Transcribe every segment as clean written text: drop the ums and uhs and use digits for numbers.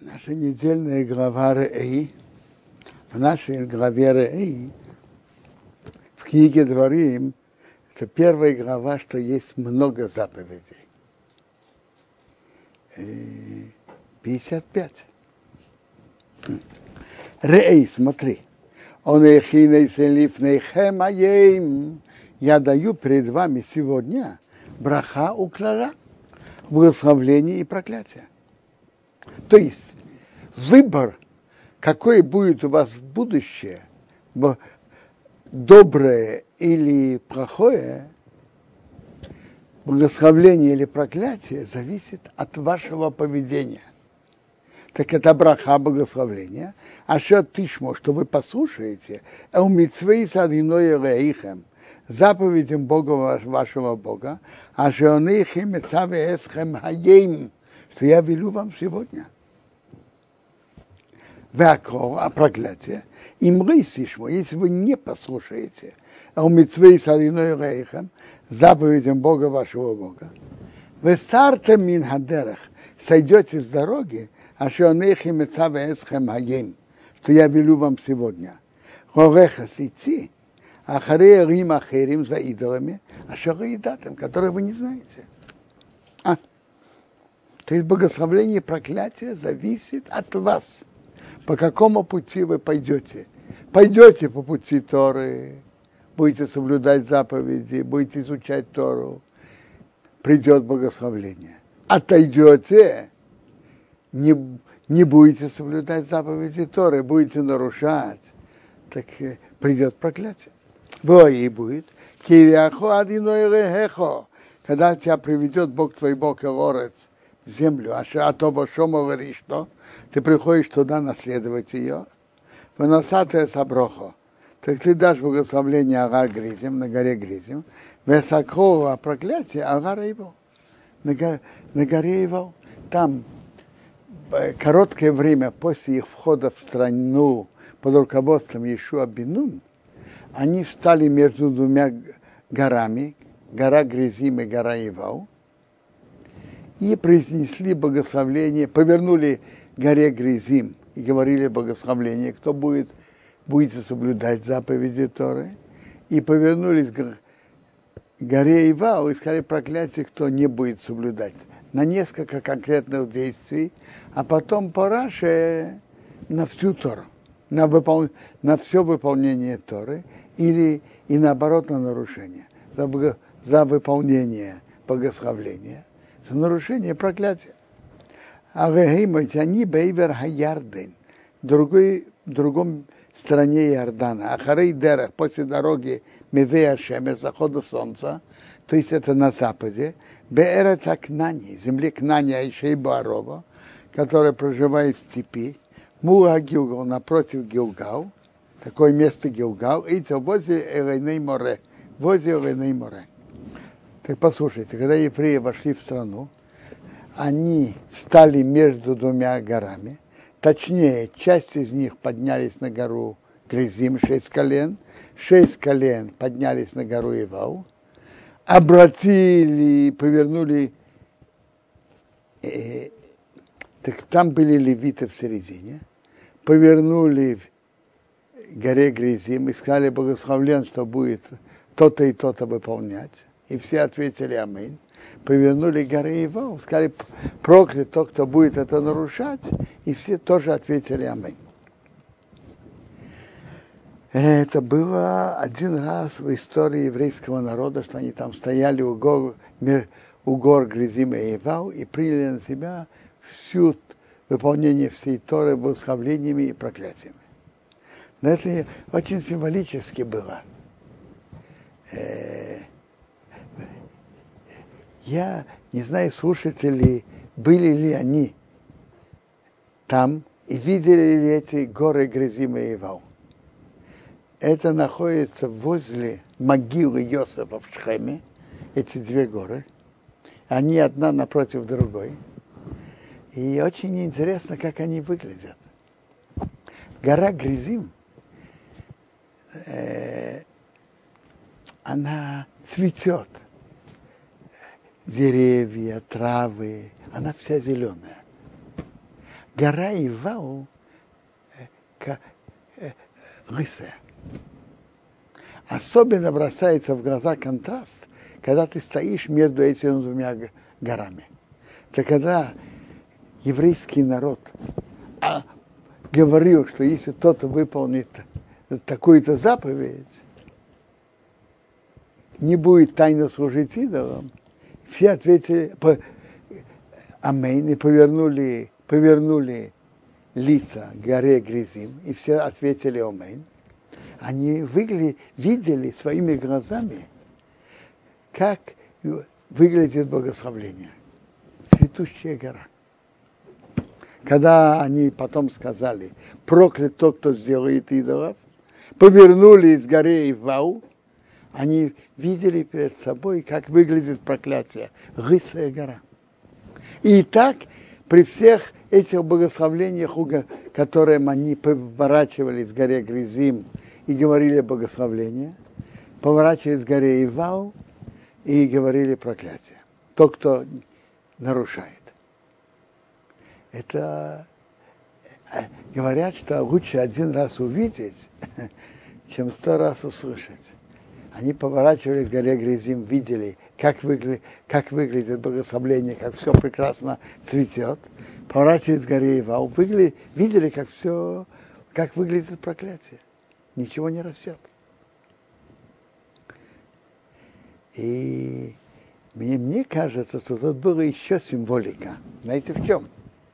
Наша недельная глава Реи, в нашей главе Реи, в книге Дворим, это первая глава, что есть много заповедей. 55. Реи, смотри. Он я даю перед вами сегодня браха уклала, благословление и проклятие. То есть выбор, какой будет у вас в будущее, доброе или плохое, благословление или проклятие, зависит от вашего поведения. Так это браха, благословление. А что тишмо, что вы послушаете, у митцвей садиной реихем, заповедям Бога вашего Бога, а что он их мецаве эсхем хаейм, что я велю вам сегодня. А проклятие, им рысишмо, если вы не послушаете, у митцвей садиной реихем, заповедям Бога вашего Бога, вы стартом мин хадерах, сойдете с дороги, а что он их мецаве эсхем хаейм, что я велю вам сегодня. Хорехас идти, а харея рим ахерим за идолами, а шараидатом, которые вы не знаете. То есть благословление и проклятие зависит от вас. По какому пути вы пойдете? Пойдете по пути Торы, будете соблюдать заповеди, будете изучать Тору, придет благословление. Отойдете, не будете соблюдать заповеди Торы, будете нарушать, так придет проклятие. И будет, когда тебя приведет Бог твой Бог Элорец в землю, а то Бошомо говоришь, что ты приходишь туда наследовать ее, выносатая саброхо, так ты дашь благословление Агар Гризим, на горе Гризим, весакрова проклятие Агара его, на горе его, там короткое время после их входа в страну под руководством Йешуа бен Нун, они встали между двумя горами, гора Гризим и гора Ивау, и произнесли благословление, повернули горе Гризим и говорили благословление, кто будете соблюдать заповеди Торы, и повернулись к горе Ивау и сказали проклятие, кто не будет соблюдать. На несколько конкретных действий, а потом по Раши на всю Тору, на все выполнение Торы, или и наоборот на нарушение. За выполнение благословления, за нарушение проклятия. А они бейвер хаярден, в другом стороне Иордана, ахарей дерах, после дороги Мевея Шемер, захода солнца, то есть это на западе, Беэрец Акнани, земле Кнания и Шейбуарова, которая проживает в степи, Муа Гилгал, напротив Гилгал, такое место Гилгал, и возле Элейней море, Так послушайте, когда евреи вошли в страну, они встали между двумя горами, точнее, часть из них поднялись на гору Гризим, 6 колен поднялись на гору Ивау, обратили, повернули, так там были левиты в середине, повернули в горе Гризим и сказали благословлен, что будет то-то и то-то выполнять. И все ответили аминь. Повернули горы Ивау, сказали проклят тот, кто будет это нарушать, и все тоже ответили аминь. Это было один раз в истории еврейского народа, что они там стояли у гор Гризим и Ивау и приняли на себя всю выполнение всей Торы благословениями и проклятиями. Но это очень символически было. Я не знаю, слушатели, были ли они там и видели ли эти горы Гризим и Ивау. Это находится возле могилы Йосефа в Шхеме, эти две горы. Они одна напротив другой. И очень интересно, как они выглядят. Гора Гризим, она цветет. Деревья, травы, она вся зеленая. гора Ивау лысая. Особенно бросается в глаза контраст, когда ты стоишь между этими двумя горами. Это когда еврейский народ говорил, что если кто-то выполнит такую-то заповедь, не будет тайно служить идолам, все ответили амейн и повернули лица к горе Гризим, и все ответили амейн. Они видели своими глазами, как выглядит благословление. Цветущая гора. Когда они потом сказали, проклят тот, кто сделает идолов, повернулись к горе Ивау, они видели перед собой, как выглядит проклятие. Лысая гора. И так при всех этих благословлениях, которым они поворачивались к горе Гризим и говорили благословления, поворачивались к горе Ивау и говорили проклятие. Тот, кто нарушает. Это говорят, что лучше один раз увидеть, чем 100 раз услышать. Они поворачивались к горе Гризим, видели, как выглядит благословление, как все прекрасно цветет. Поворачивались к горе Ивау, видели, как выглядит проклятие. Ничего не растет. И мне кажется, что тут была еще символика. Знаете, в чем?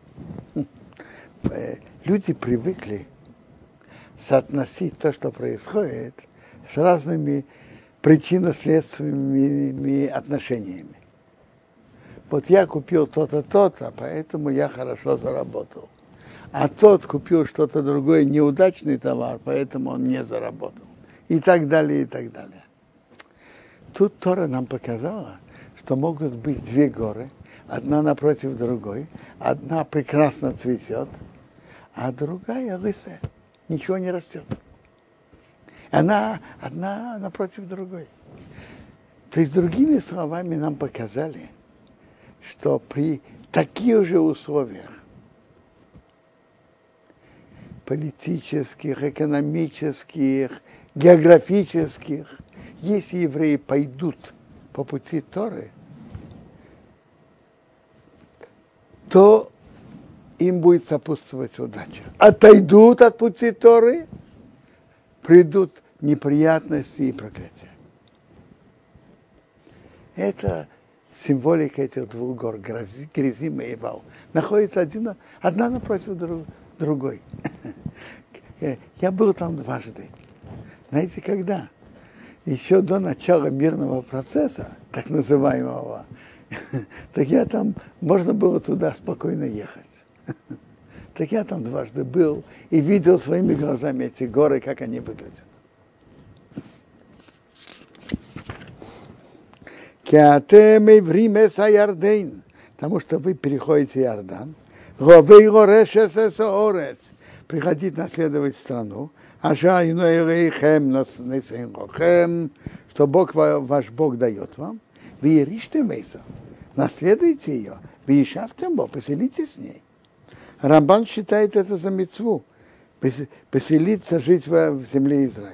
Люди привыкли соотносить то, что происходит, с разными причинно-следственными отношениями. Вот я купил то-то, то-то, поэтому я хорошо заработал. А тот купил что-то другое, неудачный товар, поэтому он не заработал. И так далее, и так далее. Тут Тора нам показала, что могут быть две горы, одна напротив другой, одна прекрасно цветет, а другая лысая, ничего не растет. Она одна напротив другой. То есть, другими словами, нам показали, что при таких же условиях политических, экономических, географических, если евреи пойдут по пути Торы, то им будет сопутствовать удача. Отойдут от пути Торы, придут неприятности и проклятия. Это символика этих двух гор, Гризим и Ивау. Находится одна напротив другой. Я был там дважды. Знаете, когда? Еще до начала мирного процесса, так называемого, так я там, можно было туда спокойно ехать. Так я там дважды был и видел своими глазами эти горы, как они выглядят. Потому что вы переходите Иордан, приходить наследовать страну, что Бог, ваш Бог дает вам, вы наследуйте ее, вы поселитесь с ней. Рамбан считает это за мицву, поселиться, жить в земле Израиля.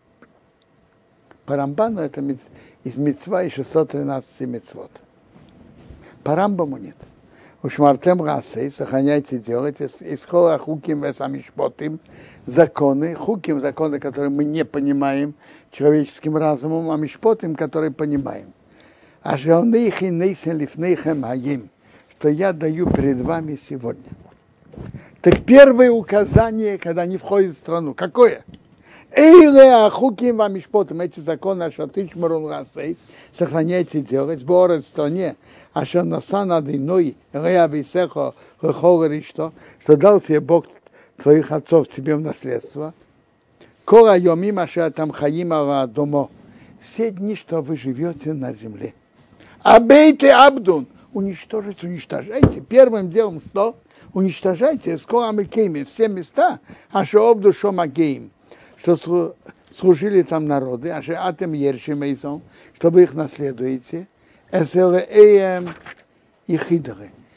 По Рамбану это из мицва еще 113 мицвот. По Рамбаму нет. Ушмартем расей, сохраняйте, делайте, исхора хуким весамишпотим, законы, хуким, законы, которые мы не понимаем человеческим разумом, а мишпотим, которые понимаем. А жеонейхи нейсен лифнейхем хаим, что я даю перед вами сегодня. Так первое указание, когда они входят в страну, какое? Эйле ахуким вам мишпотим, эти законы, что ты шмарун расей, сохраняйте, делать, боры в стране, а что насан адиной, рея висехо, что дал тебе Бог твоих отцов тебе в наследство. Кора йомим аша там хаим ала домо. Все дни, что вы живете на земле. Абейте абдун. Уничтожайте. Первым делом что? Уничтожайте скоамикейми, все места, аша обду шомагейм, что служили там народы, аша атем ершимейсон, что вы их наследуете. СЛЭМ и хидеры.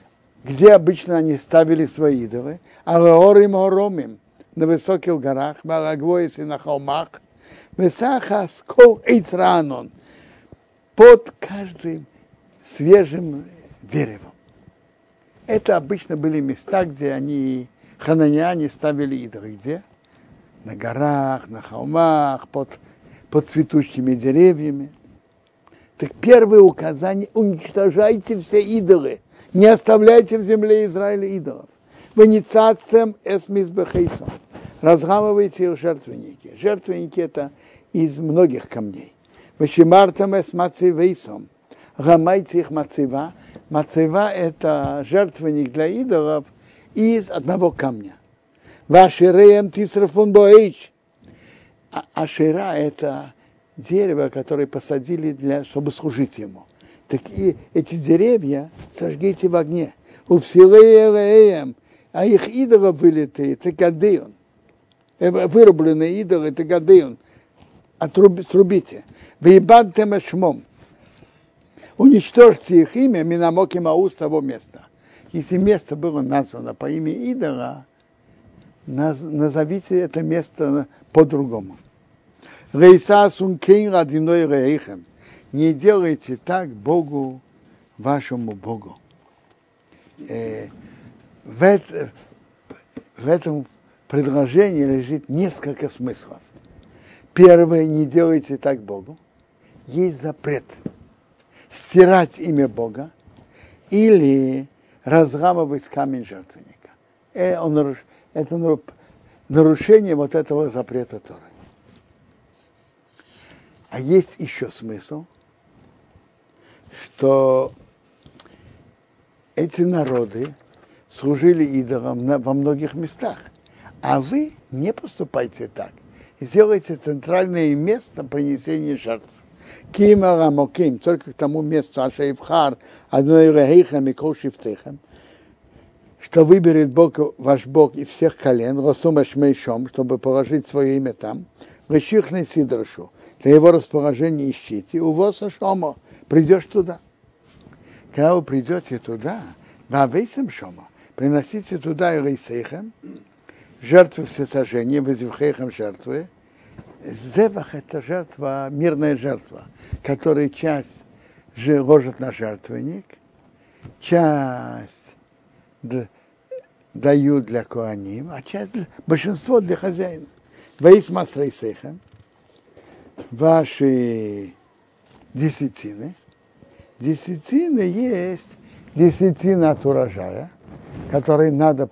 где обычно они ставили свои идолы, а горим горомим, на высоких горах, малагвоис и на холмах, высахас кол эйцранон, под каждым свежим деревом. Это обычно были места, где хананяне ставили идолы. Где? На горах, на холмах, под цветущими деревьями. Так первое указание: уничтожайте все идолы, не оставляйте в земле Израиля идолов. Веницацем эсмизбехейсом. Разгамывайте их жертвенники. Жертвенники это из многих камней. Вешимартам эсмацивейсом. Гамайте их мацева. Мацева это жертвенник для идолов из одного камня. Ваширеем тисрафун боэйч. Ашира это дерево, которое посадили чтобы служить ему. Так и эти деревья сожгите в огне. У всилеем, а их идолов вылитые, текадеон. Вырубленные идолы, текадеон. Срубите. Вейбадтем эшмом. Уничтожьте их имя, минамоки мау с того места. Если место было названо по имени идола, назовите это место по-другому. Рейса сункейн радиной рейхем. Не делайте так Богу, вашему Богу. В этом предложении лежит несколько смыслов. Первое: не делайте так Богу. Есть запрет стирать имя Бога или разламывать камень жертвенника. Это нарушение вот этого запрета Торы. А есть еще смысл, что эти народы служили идолам во многих местах, а вы не поступайте так. Сделайте центральное место принесения жертв. Кима рамоким, только к тому месту, ашейвхар, одной рехейхам и колшифтейхам, что выберет Бог, ваш Бог, из всех колен, росум ашмейшом, чтобы положить свое имя там, решихный сидрошу, для его расположения ищите, у вас шомо, придешь туда. Когда вы придете туда, вавейсам шомо, приносите туда и рейсейхам, жертвы всесожжения, везивхейхам жертвы. Зевах – это жертва, мирная жертва, которая часть ложат на жертвенник, часть дают для коаним, а большинство для хозяина. Ваисмас рейсейхам, ваши десятины. Десятины есть десятина от урожая, который надо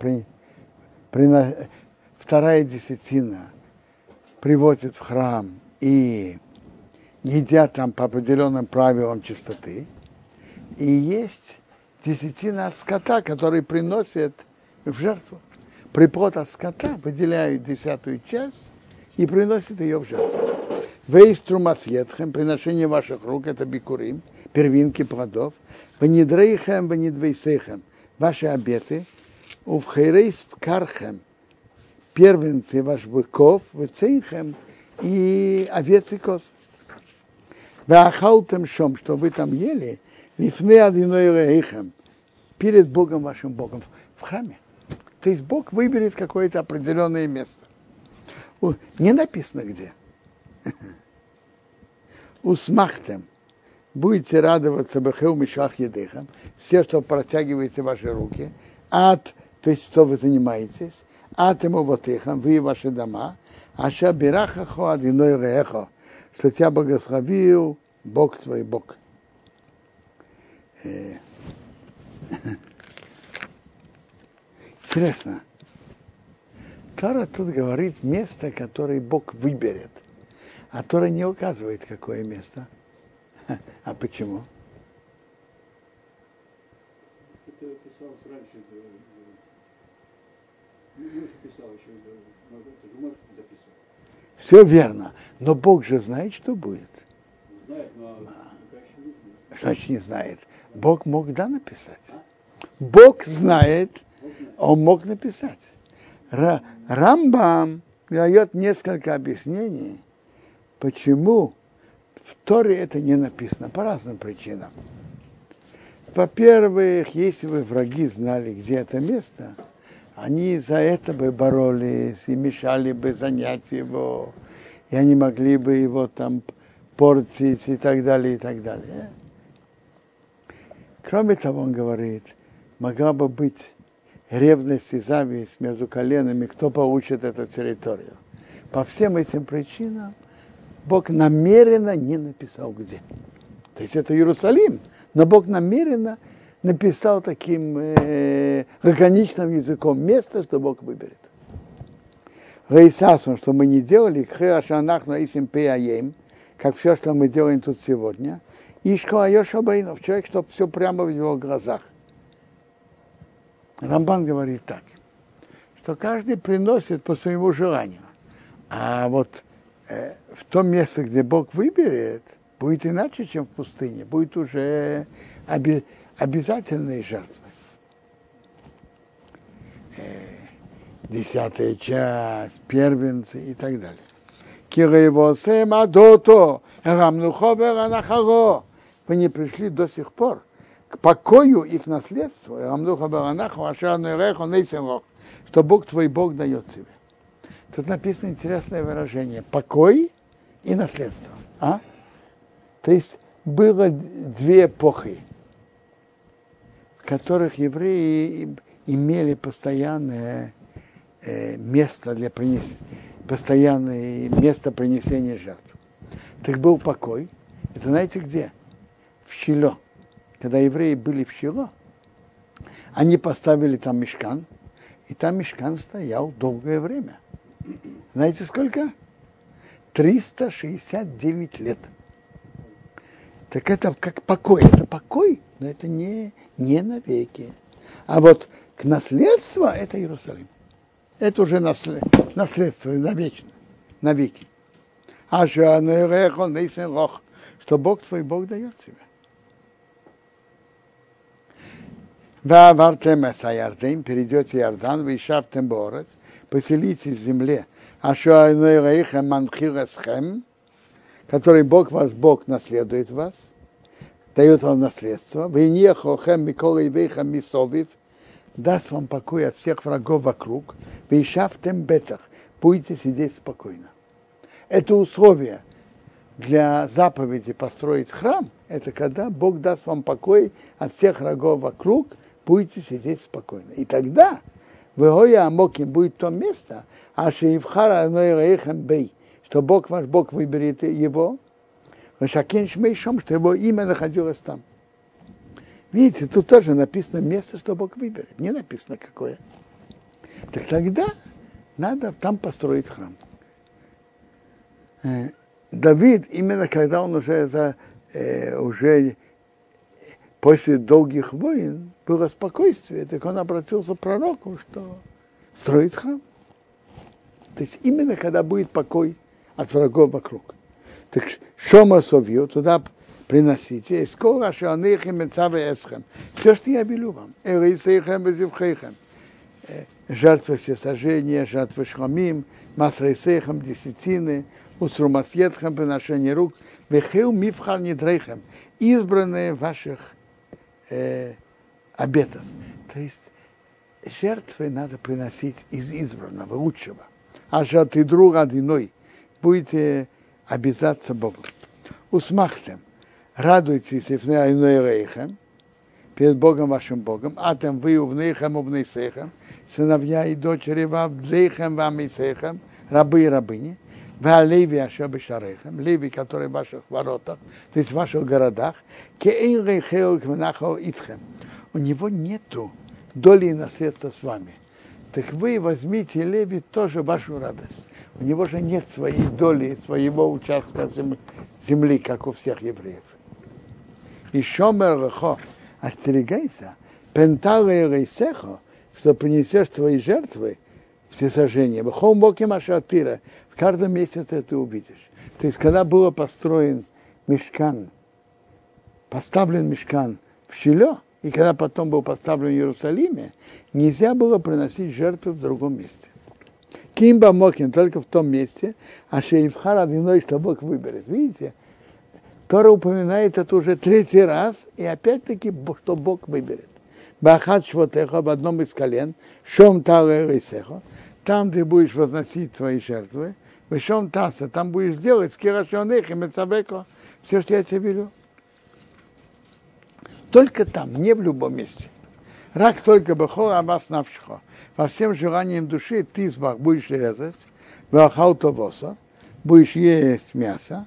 вторая десятина приводят в храм и едят там по определенным правилам чистоты. И есть десятина от скота, который приносят в жертву. Приплод от скота выделяют 10-ю часть и приносят ее в жертву. Вейс трумасьетхем, приношение ваших рук, это бикурим, первинки плодов. Венедрейхем, венедвейсейхем, ваши обеты. Увхейрейс кархем, первенцы ваших быков, вецейхем и овец и коз. Веахалтем шом, что вы там ели, лифны одиной рейхем, перед Богом вашим Богом, в храме. То есть Бог выберет какое-то определенное место. Не написано где. Усмахтем. Будете радоваться бэхэу мишах едыхам, все, что протягиваете ваши руки, то есть что вы занимаетесь, ему вотыхам, вы и ваши дома, аша бирахахо адиной реехо, что тебя благословил Бог твой Бог. Интересно. Тора тут говорит место, которое Бог выберет, а Тора не указывает, какое место. А почему? Это писалось раньше. Писал еще, это же может записывать. Все верно, но Бог же знает, что будет. Знает, но пока еще не знает. Значит, не знает. Бог мог, написать. Бог знает, он мог написать. Рамбам дает несколько объяснений, почему в Торе это не написано, по разным причинам. Во-первых, если бы враги знали, где это место, они за это бы боролись и мешали бы занять его, и они могли бы его там портить и так далее, и так далее. Кроме того, он говорит, могла бы быть ревность и зависть между коленами, кто получит эту территорию. По всем этим причинам Бог намеренно не написал где. То есть это Иерусалим, но Бог намеренно написал таким лаконичным языком место, что Бог выберет. Рейсасом, что мы не делали, как все, что мы делаем тут сегодня, человек, чтобы все прямо в его глазах. Рамбан говорит так, что каждый приносит по своему желанию. А вот в том месте, где Бог выберет, будет иначе, чем в пустыне, будет уже обязательные жертвы. 10-я часть, первенцы и так далее. Вы не пришли до сих пор к покою их наследству, что Бог твой Бог дает тебе. Тут написано интересное выражение. Покой и наследство. То есть было две эпохи, в которых евреи имели постоянное место для постоянное место принесения жертв. Так был покой. Это знаете где? В Шило. Когда евреи были в Шило, они поставили там мишкан, и там мишкан стоял долгое время. Знаете сколько? 369 лет. Так это как покой. Это покой, но это не навеки. А вот к наследству это Иерусалим. Это уже наследство навечно, навеки. Что Бог твой Бог дает тебе. Перейдете Иордан, вы шаптем борец, поселитесь в земле, который Бог ваш Бог наследует вас, дает вам наследство, даст вам покой от всех врагов вокруг, вы шаптем бетах, будете сидеть спокойно. Это условие для заповеди построить храм, это когда Бог даст вам покой от всех врагов вокруг, будете сидеть спокойно. И тогда Вегоя Амоким будет то место, что Бог ваш Бог выберет его, что его имя находилось там. Видите, тут тоже написано место, что Бог выберет. Не написано какое. Так тогда надо там построить храм. Давид, именно когда он уже после долгих войн было спокойствие, так он обратился к пророку, что строить храм. То есть именно когда будет покой от врагов вокруг. Так Шома Совью туда приносите, и скоро все, что я велю вам, жертвы всесожжения, жертвы шламим, масрейсейхам, десятины, усрумасьетхам, приношение рук, вехеу мифхар недрейхам, избранные ваших обетов. То есть жертвы надо приносить из избранного, лучшего. А же ты друг одиной будете обязаться Богу. Усмахтем, радуйтесь перед Богом вашим Богом, атем вы увнейхем увнейсейхем, сыновья и дочери вавдзейхем вамисейхем, рабы и рабыни, Леви Ашаби Шарехем, Леви, который в ваших воротах, то есть в ваших городах, у него нету доли и наследства с вами. Так вы возьмите Леви тоже вашу радость. У него же нет своей доли, своего участка земли, как у всех евреев. И Шомер Рехо, остерегайся, Пентале Рейсехо, что принесешь твои жертвы, всесожжение. В каждом месяце ты увидишь. То есть, когда был поставлен мишкан в Шило, и когда потом был поставлен в Иерусалиме, нельзя было приносить жертвы в другом месте. Кимба Моким только в том месте, а Шейфхара виной, что Бог выберет. Видите, Тора упоминает это уже третий раз, и опять-таки, что Бог выберет. Бахат швотеха, в одном из колен, шом талэрисеха, там ты будешь возносить твои жертвы, в шом таса, там будешь делать скирашонех и мецабеко, все, что я тебе велю. Только там, не в любом месте. Рак только бахор, а вас навшхо. Во всем желанием души ты избах будешь резать, вахал то восор, будешь есть мясо.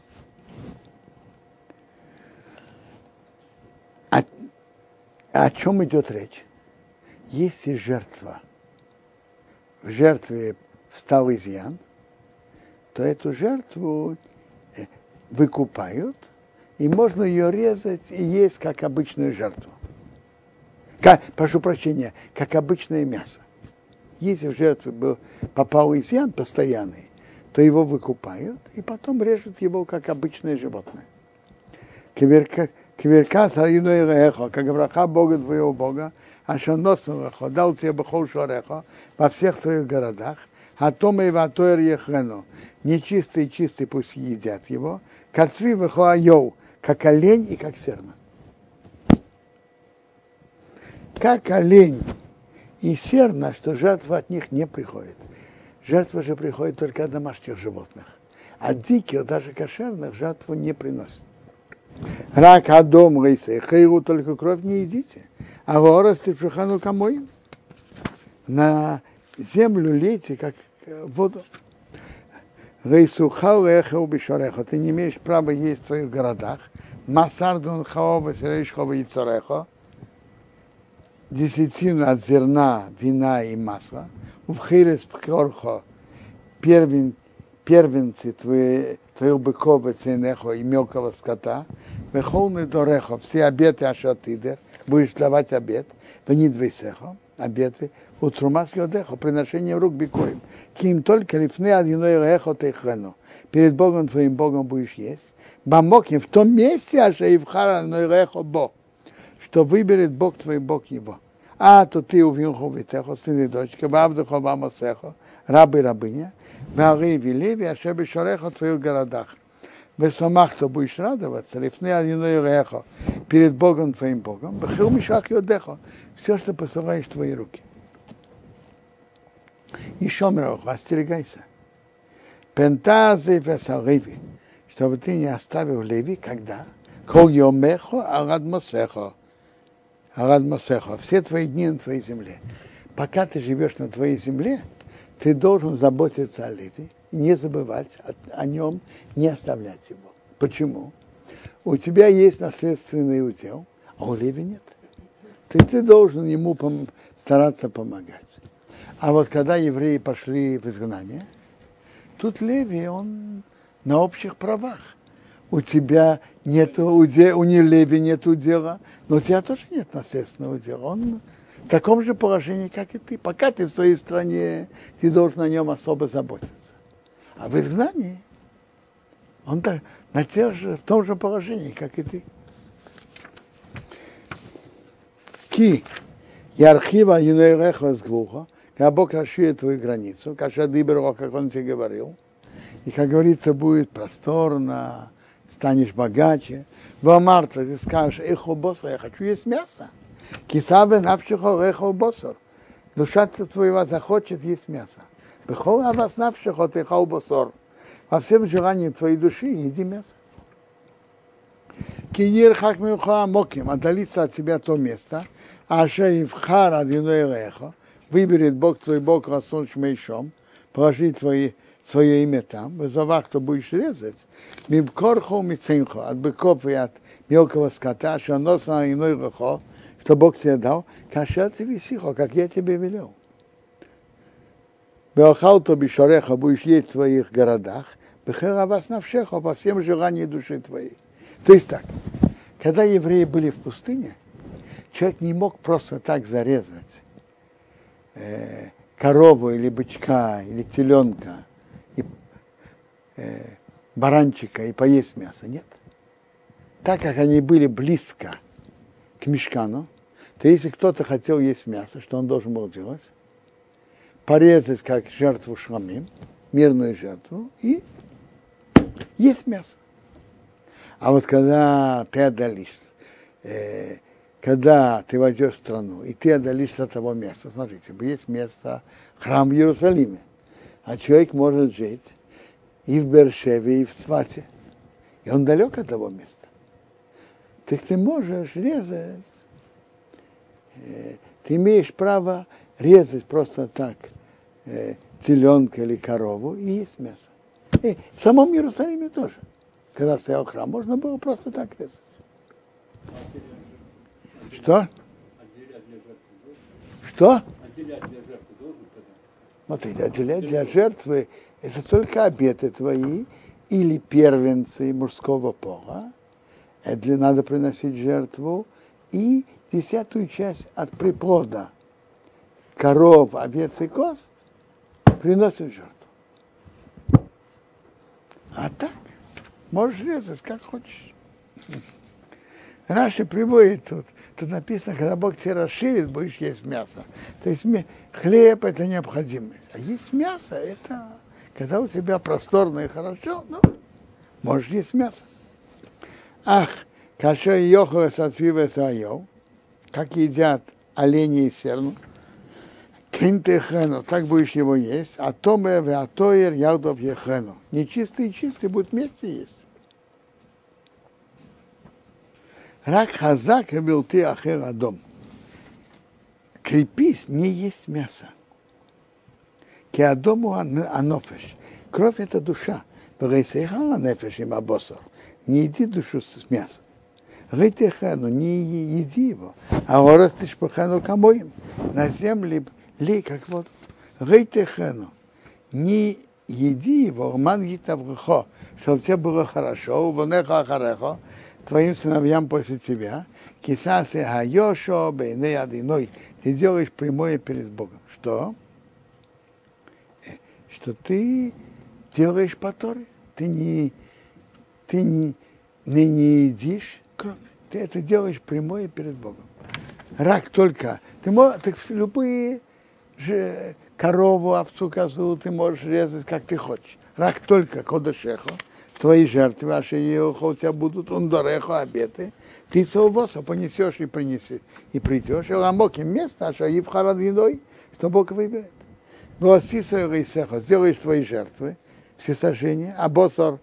О чем идет речь? Если жертва, в жертве встал изъян, то эту жертву выкупают, и можно ее резать и есть как обычную жертву. Прошу прощения, как обычное мясо. Если в жертву попал изъян постоянный, то его выкупают, и потом режут его как обычное животное. Кверка саиной рехо, как браха Бога твоего Бога, ашоносом рехо, дал тебе бахол шорехо во всех твоих городах, а том и ватоэр ехрену, нечистый и чистый пусть едят его, как цви вехо айоу, как олень и как серна. Как олень и серна, что жертва от них не приходит. Жертва же приходит только от домашних животных. А диких, даже кошерных, жертву не приносит. Рак адом рейсе, хайру только кровь не едите, а горости пшухану камой. На землю лейте, как воду. Рейсу хау эхау бишорехо, ты не имеешь права есть в твоих городах. Масардун хаова серейшхова и царехо, десятину от зерна, вина и масла. Увхирес пкорхо, первенцы твоих быков и ценехо и мелкого скота, вехолны дорехо, все обеты ашатидер, будешь давать обет, венидвейсехо, обеты, утрумас йодехо, приношение рук бикоим, ким только лифны одиной рехо тейхрену, перед Богом твоим Богом будешь есть, бамоким в том месте, ашаивхара ной рехо бо, что выберет Бог твой Бог его. А то ты увинху витехо, сын и дочка, бабдухо бамасехо, рабы и рабыня, Вари Вилеви, Ашеби Шорехо в твоих городах. В самах-то будешь радоваться, лифны одиной рехо, перед Богом твоим Богом, бахил мишах йодехо, все, что посылаешь в твои руки. И шомерохо, остерегайся. Пентазы весариви, чтобы ты не оставил леви, когда? Кол йомехо, арадмосехо. Арадмосехо, все твои дни на твоей земле. Пока ты живешь на твоей земле, ты должен заботиться о леве, не забывать о нем, не оставлять его. Почему? У тебя есть наследственный удел, а у леви нет. Ты должен ему стараться помогать. А вот когда евреи пошли в изгнание, тут леви, он на общих правах. У тебя нет удела, у него леви нет удела, но у тебя тоже нет наследственного удела. Он в таком же положении, как и ты. Пока ты в своей стране, ты должен о нем особо заботиться. А в изгнании он так, в том же положении, как и ты. Ки ярхива юнейреха с глухо, когда Бог расширит твою границу, как он тебе говорил, и, как говорится, будет просторно, станешь богаче. В Амарта ты скажешь, эхо босса, я хочу есть мясо. Кисабе навшихо эхо босор. Душа твоего захочет есть мясо. Бехол авас навшихо техо босор. Во всем желании твоей души еди мясо. Киир хак мюха моким, отдалится от тебя то место, а шеивхар одиной рехо, выберет Бог твой Бог расун шмейшом, положи свое имя там, в завах, кто будешь резать, мибкорхо мицинхо, от быков и от мелкого скота, что нос на иной рехо, что Бог тебе дал, каша ты висихо, как я тебе велел. Беохалто бишореха, будешь есть в твоих городах, бехера вас навшеха, по всем желаниям души твоей. То есть так, когда евреи были в пустыне, человек не мог просто так зарезать корову или бычка, или теленка, и баранчика и поесть мясо. Нет. Так как они были близко к мишкану, то если кто-то хотел есть мясо, что он должен был делать? Порезать как жертву шламим, мирную жертву, и есть мясо. А вот когда ты отдалишься, когда ты войдешь в страну, и ты отдалишься от того места, смотрите, есть место, храм в Иерусалиме, а человек может жить и в Бершеве, и в Цвате, и он далек от того места. Так ты можешь резать, ты имеешь право резать просто так теленка или корову, и есть мясо. И в самом Иерусалиме тоже. Когда стоял храм, можно было просто так резать. Что? Что? Отделять для жертвы должен тогда? Смотрите, отделять для жертвы это только обеты твои или первенцы мужского пола. Это надо приносить жертву. И 10-ю часть от приплода коров, овец и коз приносит жертву. А так, можешь резать, как хочешь. Раши приводит тут написано, когда Бог тебя расширит, будешь есть мясо. То есть хлеб – это необходимость. А есть мясо – это когда у тебя просторно и хорошо, ну, можешь есть мясо. Ах, кашо йохо сатвиве сайов, как едят олени и серну, кинтехену, так будешь его есть, а томе веатоир ядов ехену. Нечистый и чистый будут вместе есть. Рак хазак и белты ахер адом. Крепись, не есть мясо. Ки адому анофеш. Кровь – это душа. Вегайсейхала нефеш им абосор. Не еди душу с мясом. Гайтехану, не еди его. А оростишь пахану камоим. На земле лей как воду. Гайтехану, не еди его, ман гитаврхо, чтобы тебе было хорошо, увонеха ахарехо, твоим сыновьям после тебя, кисасе хайошо бейней адиной, ты делаешь прямое перед Богом. Что? Что ты делаешь по Торе. Ты не едишь кровь. Ты это делаешь прямое перед Богом. Рак только. Так любые же корову, овцу, козу ты можешь резать, как ты хочешь. Рак только кодешехо. Твои жертвы, ваши ехо, у тебя будут ундорехо, обеты. Ты соувоса понесешь и принесешь, и придешь. И ламоки место, а и в харадиной, что Бог выберет. Сделаешь свои жертвы, всесожжения, абосор,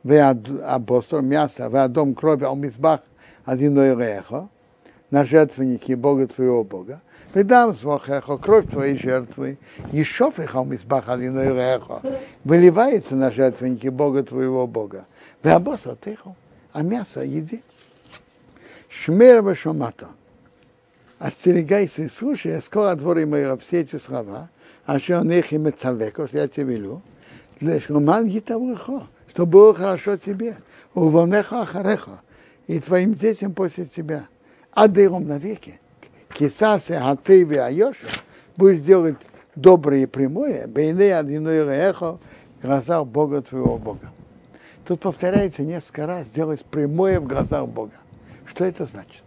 мясо, веадом крови, алмизбах, одиной рехо, на жертвенники Бога твоего Бога. Предам свахехо, кровь твоей жертвы, ешофех алмизбах, одиной рехо, выливается на жертвенники Бога твоего Бога. Веабосор техо, а мясо еди. Шмер вешомато. Остерегайся и слушай, скоро дворы мои все эти слова, а что он их имеет цавеко, что я тебе велю, для шуман гитаврехо, чтобы было хорошо тебе, увонеха ахарехо, и твоим детям после тебя, адыром навеки, кисасе хатыви айоша, будешь делать доброе и прямое, бейней адиной реехо, в глазах Бога твоего Бога. Тут повторяется несколько раз, сделать прямое в глазах Бога. Что это значит?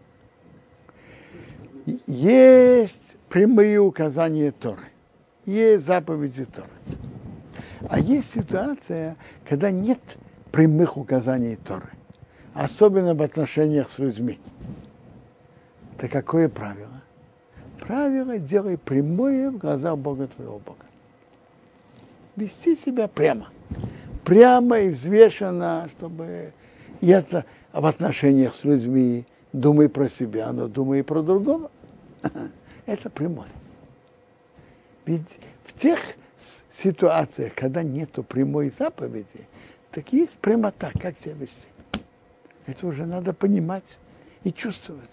Есть прямые указания Торы, есть заповеди Торы. А есть ситуация, когда нет прямых указаний Торы, особенно в отношениях с людьми. Это какое правило? Правило делай прямое в глазах Бога твоего Бога. Вести себя прямо. Прямо и взвешенно, чтобы и это в отношениях с людьми думай про себя, но думай и про другого. Это прямое. Ведь в тех ситуациях, когда нету прямой заповеди, так есть прямота, как себя вести. Это уже надо понимать и чувствовать.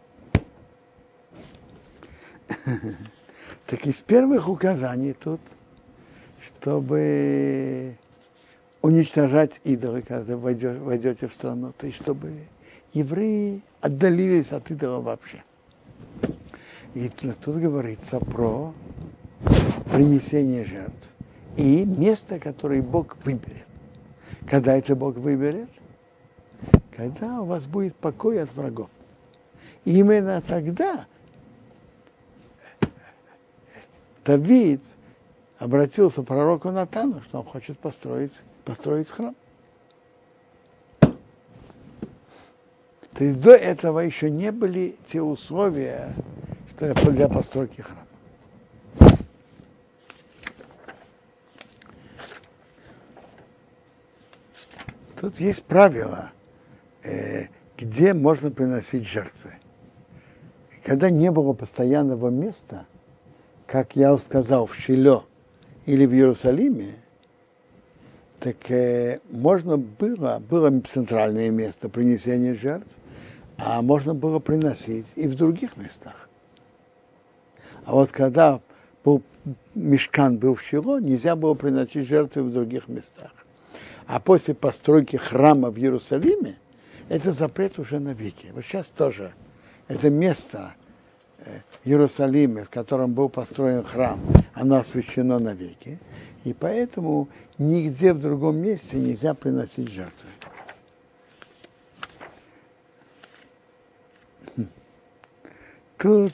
Так из первых указаний тут, чтобы уничтожать идолы, когда вы войдете в страну, то есть чтобы евреи отдалились от идолов вообще. И тут говорится про принесение жертв и место, которое Бог выберет. Когда это Бог выберет? Когда у вас будет покой от врагов. И именно тогда Давид обратился к пророку Натану, что он хочет построить храм. То есть до этого еще не были те условия, что для постройки храма. Тут есть правило, где можно приносить жертвы. Когда не было постоянного места, как я уже сказал, в Шило или в Иерусалиме, так можно было центральное место принесения жертв, а можно было приносить и в других местах. А вот когда мишкан был в Шило, нельзя было приносить жертвы в других местах. А после постройки храма в Иерусалиме, это запрет уже навеки. Вот сейчас тоже это место в Иерусалиме, в котором был построен храм, оно освящено навеки. И поэтому нигде в другом месте нельзя приносить жертвы. Тут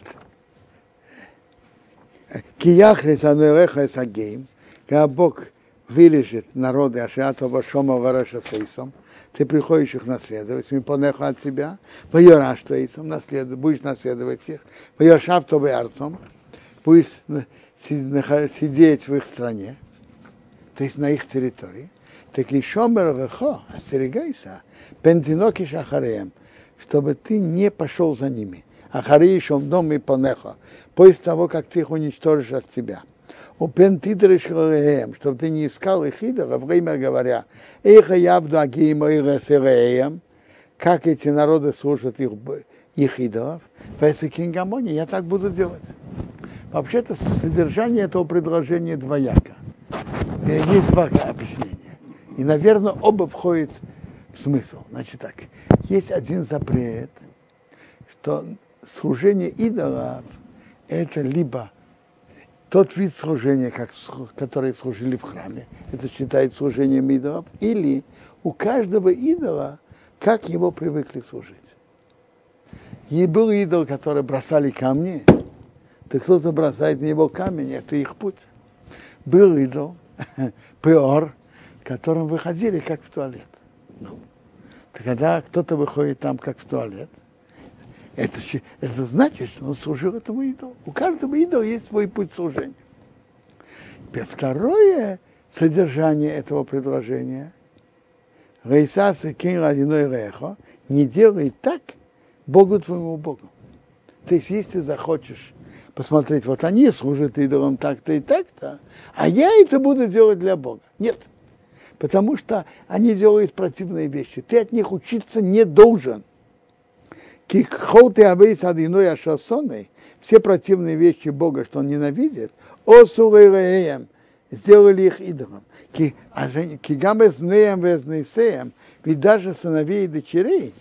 кияхрис ануэреха эсагейм, когда Бог вылежит народы Ашиатова Шома Вараша Сейсом, ты приходишь их наследовать, мипонеха от себя, воераш Сейсом, будешь наследовать их, воершав тобой арцом, будешь сидеть в их стране, то есть на их территории. Так и Шомер Вехо, остерегайся, пентиноки шахареем, чтобы ты не пошел за ними. Ахари шом дом и понеха, после того, как ты их уничтожишь от тебя. Чтобы ты не искал их идолов, время говоря, как эти народы служат их идолов, я так буду делать. Вообще-то содержание этого предложения двояко. Есть два объяснения. И, наверное, оба входят в смысл. Значит так, есть один запрет, что служение идолов – это либо тот вид служения, который служили в храме, это считается служением идолов, или у каждого идола, как его привыкли служить. И был идол, который бросали камни, то кто-то бросает на него камень, это их путь. Был идол, Пеор, которым выходили как в туалет. Когда кто-то выходит там как в туалет, это значит, что он служил этому идолу. У каждого идола есть свой путь служения. Второе содержание этого предложения – не делай так Богу твоему Богу. То есть, если захочешь посмотреть, вот они служат идолам так-то и так-то, а я это буду делать для Бога. Нет. Потому что они делают противные вещи. Ты от них учиться не должен. Все противные вещи Бога, что Он ненавидит, сделали их идолом. Ведь даже сыновей и дочерей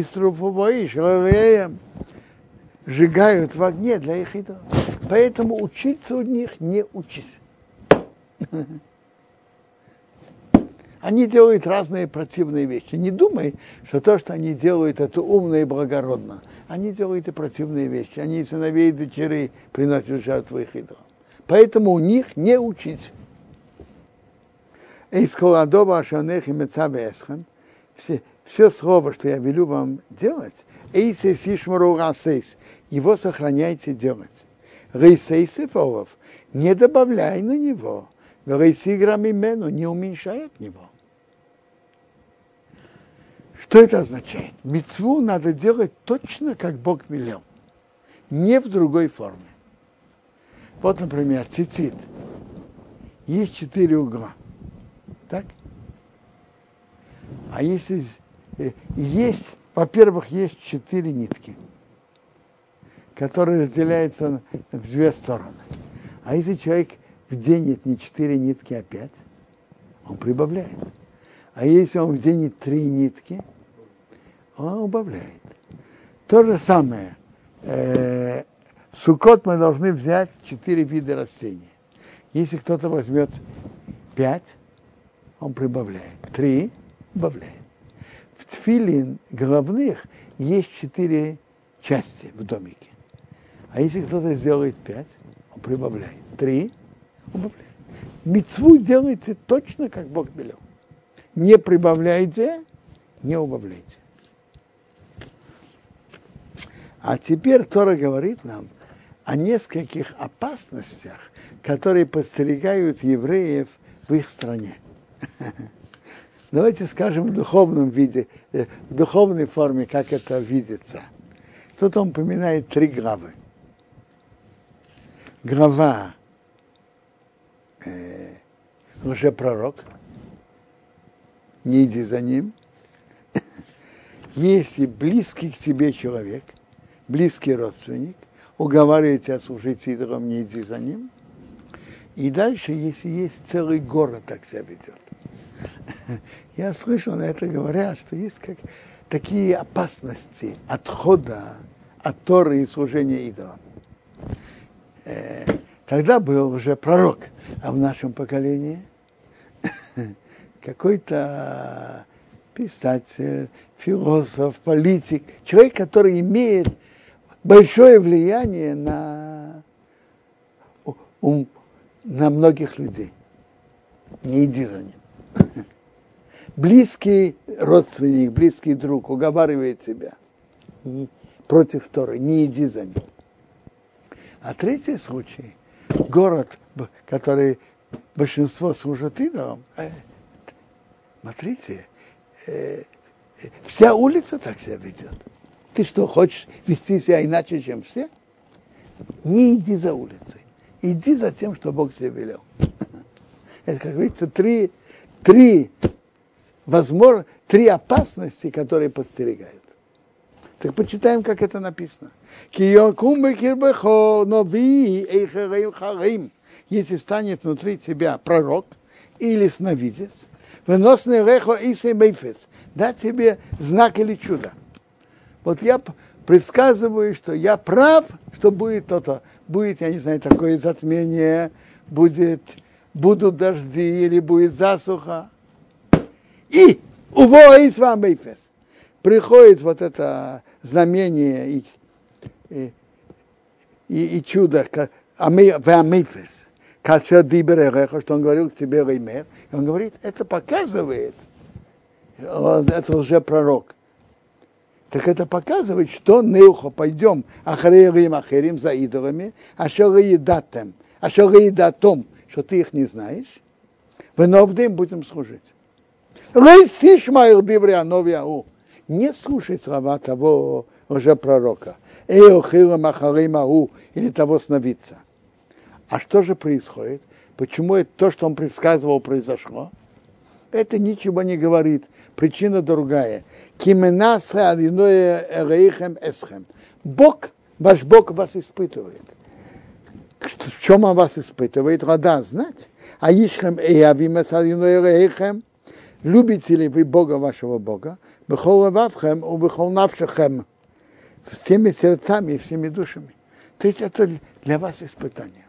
сжигают в огне для их идолов. Поэтому учиться у них не учись. Они делают разные противные вещи. Не думай, что то, что они делают, это умно и благородно. Они делают и противные вещи. Они сыновей и дочерей приносят жертву их идолам. Поэтому у них не учись. Все слово, что я велю вам делать, его сохраняйте делать. Не добавляй на него. Не уменьшай от него. Что это означает? Мицву надо делать точно, как Бог велел, не в другой форме. Вот, например, цицит. Есть 4 угла. Так? А если есть, во-первых, есть 4 нитки, которые разделяются в 2 стороны. А если человек вденет не 4 нитки, а 5, он прибавляет. А если он вденет 3 нитки, он убавляет. То же самое. Суккот мы должны взять 4 вида растений. Если кто-то возьмет 5, он прибавляет. 3 убавляет. В тфилин головных есть 4 части в домике. А если кто-то сделает 5, он прибавляет. 3 убавляет. Мицву делайте точно, как Бог велел. Не прибавляйте, не убавляйте. А теперь Тора говорит нам о нескольких опасностях, которые подстерегают евреев в их стране. Давайте скажем в духовном виде, в духовной форме, как это видится. Тут он упоминает 3 главы. Глава лжепророк, не иди за ним. Если близкий к тебе человек, близкий родственник, уговаривает тебя служить идолам, не иди за ним. И дальше, если есть целый город, так себя ведет. Я слышал на это говорят, что есть такие опасности отхода от Торы и служения идолам. Тогда был уже пророк, а в нашем поколении какой-то писатель, философ, политик, человек, который имеет большое влияние на многих людей. Не иди за ним. Близкий родственник, близкий друг уговаривает себя против Торы, не иди за ним. А третий случай, город, который большинство служат идолам, смотрите, вся улица так себя ведет. Ты что, хочешь вести себя иначе, чем все? Не иди за улицей. Иди за тем, что Бог тебе велел. Это, как говорится, три опасности, которые подстерегают. Так почитаем, как это написано. Если станет внутри тебя пророк или сновидец, дать тебе знак или чудо. Вот я предсказываю, что я прав, что будет то-то. Будет, я не знаю, такое затмение, будут дожди или будет засуха. И увоит вам эйфес. Приходит вот это знамение и чудо, что он говорил к тебе, Реймер. И он говорит, это показывает, это лжепророк. Так это показывает, что неухо, пойдем ахарим за идолами, ашараидатом, что ты их не знаешь, вновдем будем служить. Не слушай слова того лжепророка, или того сновидца. А что же происходит? Почему это то, что он предсказывал, произошло? Это ничего не говорит. Причина другая. Бог, ваш Бог вас испытывает. В чем он вас испытывает? Рада знать. А ишхем эявим, любите ли вы Бога, вашего Бога? Бехолававхем у бехолнавшахем. Всеми сердцами и всеми душами. То есть это для вас испытание.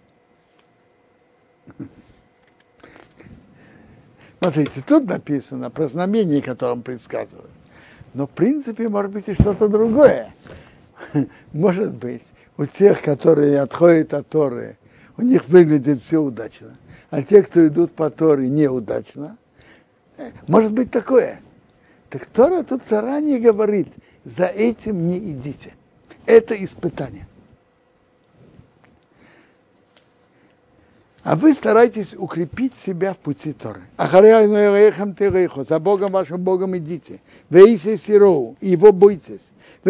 Смотрите, тут написано про знамение, которое он предсказывает. Но в принципе может быть и что-то другое. Может быть, у тех, которые отходят от Торы, у них выглядит все удачно. А те, кто идут по Торе, неудачно. Может быть такое. Так Тора тут заранее говорит, за этим не идите. Это испытание. А вы старайтесь укрепить себя в пути Торы. За Богом вашим Богом идите. Его бойтесь.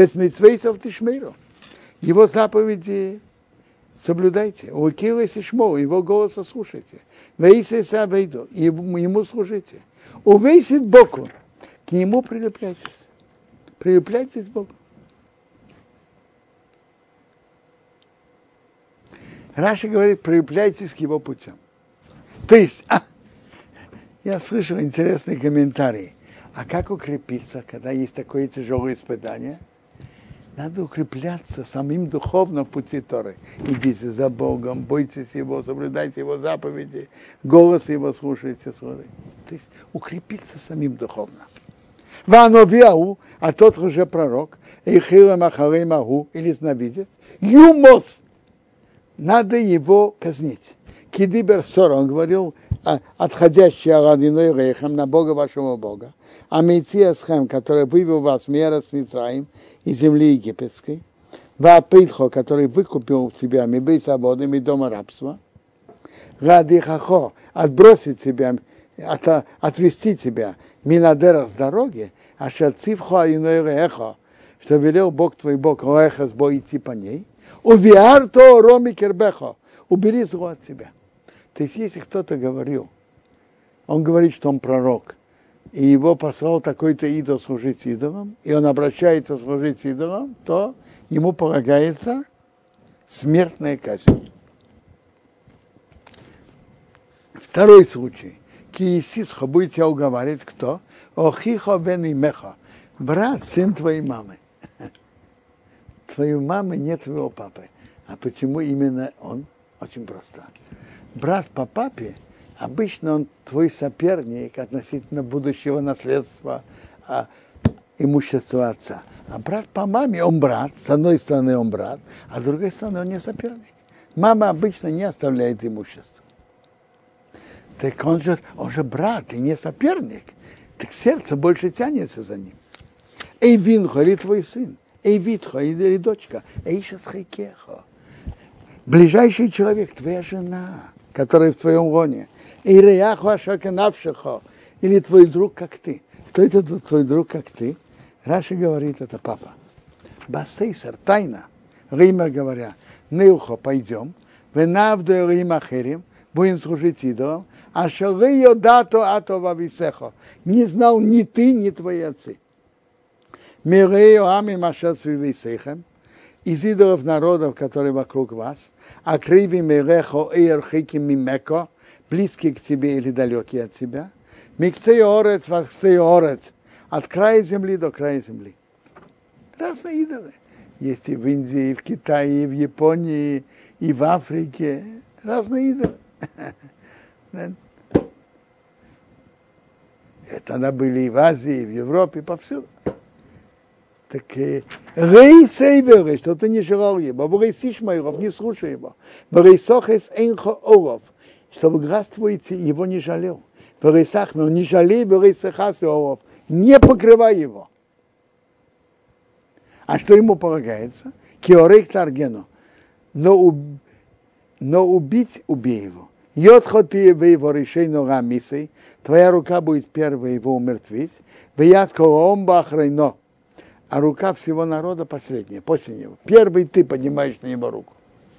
Его заповеди соблюдайте. Его голоса слушайте. Ему служите. Увейсит Богу. К нему прилепляйтесь. Прилепляйтесь к Богу. Раши говорит, прилепляйтесь к его путям. То есть, я слышал интересный комментарий. А как укрепиться, когда есть такое тяжелое испытание? Надо укрепляться самим духовно в пути Торы. Идите за Богом, бойтесь Его, соблюдайте Его заповеди, голос Его слушайте. То есть укрепиться самим духовно. Вановиау, а тот уже пророк, Эйхилам Ахаримаху, или сновидец, Юмос, надо его казнить. Кидибер Сора, он говорил, отходящий Арадиной Рейхам на Бога вашего Бога, а Мейция Схем, который вывел вас мера с Мицраим из земли египетской, Ваапейтхо, который выкупил тебя мибей свободным и дома рабства, радихахо, отбросить тебя, отвести тебя минадерах с дороги, а шацивхо иноэрехо, что велел Бог твой Бог, оэха с бой идти по ней, увиарто роми кербехо, убери зло от тебя. То есть, если кто-то говорил, он говорит, что он пророк, и его послал такой-то идол служить идолам, и он обращается служить идолам, то ему полагается смертная казнь. Второй случай. Киесисхо будет тебя уговаривать кто? Охихо бен имехо. Брат, сын твоей мамы. Твоей мамы нет твоего папы. А почему именно он? Очень просто. Брат по папе, обычно он твой соперник относительно будущего наследства, имущества отца. А брат по маме, он брат, с одной стороны он брат, а с другой стороны он не соперник. Мама обычно не оставляет имущество. Так он же брат и не соперник. Так сердце больше тянется за ним. Эй, винхо, или твой сын. Эй, витхо, или дочка. Эй, шасхайкехо. Ближайший человек, твоя жена, которая в твоем лоне. Эй, реяхо, ашаканавшихо. Или твой друг, как ты. Кто это твой друг, как ты? Раши говорит, это папа. Басейсер, тайна. Рима говоря, неухо, пойдем. Венавду рима херим. Будем служить идолам. А шалыйо дато атова висехо. Не знал ни ты, ни твои отцы. Мирею ами машат свивисехем. Из идолов народов, которые вокруг вас. Акриви мирехо эйрхики мимеко. Близкие к тебе или далекие от тебя. Микцей орец, вахцей орец. От края земли до края земли. Разные идолы. Есть и в Индии, и в Китае, и в Японии, и в Африке. Разные идолы. Тогда были и в Азии, и в Европе, повсюду. Так рейсейверы, что ты не желал его, рейсиш моиров, не слушай его. Рейсохес энхо оров, чтобы глаз твой его не жалел. Рейсах, но не жалей, рейсахас оров, не покрывай его. А что ему полагается? Киорейк таргену, но убить, убей его. Йодхо ты его решейно рамисей, твоя рука будет первой его умертвить, веядко омба охрайно, а рука всего народа последняя, после него. Первый ты поднимаешь на него руку.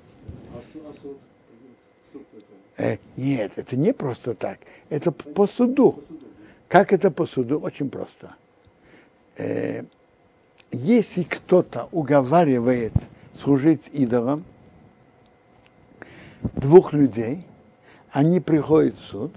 Нет, это не просто так, это по суду. Как это по суду? Очень просто. Если кто-то уговаривает служить идолам двух людей, они приходят в суд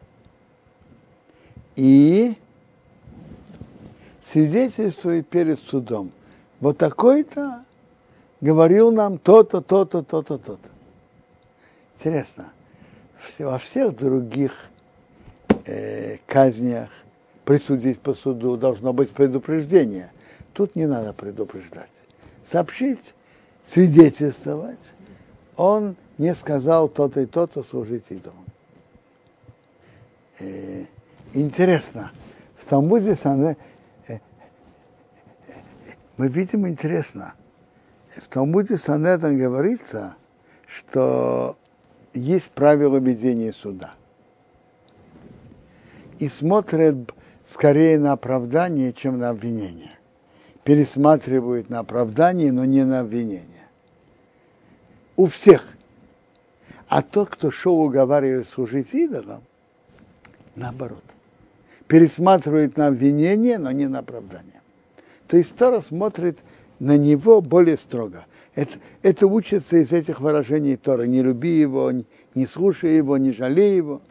и свидетельствуют перед судом. Вот такой-то говорил нам то-то, то-то, то-то, то-то. Интересно, во всех других казнях присудить по суду должно быть предупреждение. Тут не надо предупреждать. Сообщить, свидетельствовать. Он не сказал то-то и то-то служить идолам. Интересно, в Талмуде мы видим интересно, в Талмуде Санедрин говорится, что есть правила ведения суда. И смотрят скорее на оправдание, чем на обвинение. Пересматривают на оправдание, но не на обвинение. У всех. А тот, кто шел уговаривать служить идолам, наоборот. Пересматривает на обвинение, но не на оправдание. То есть Тора смотрит на него более строго. Это учится из этих выражений Торы. Не люби его, не слушай его, не жалей его.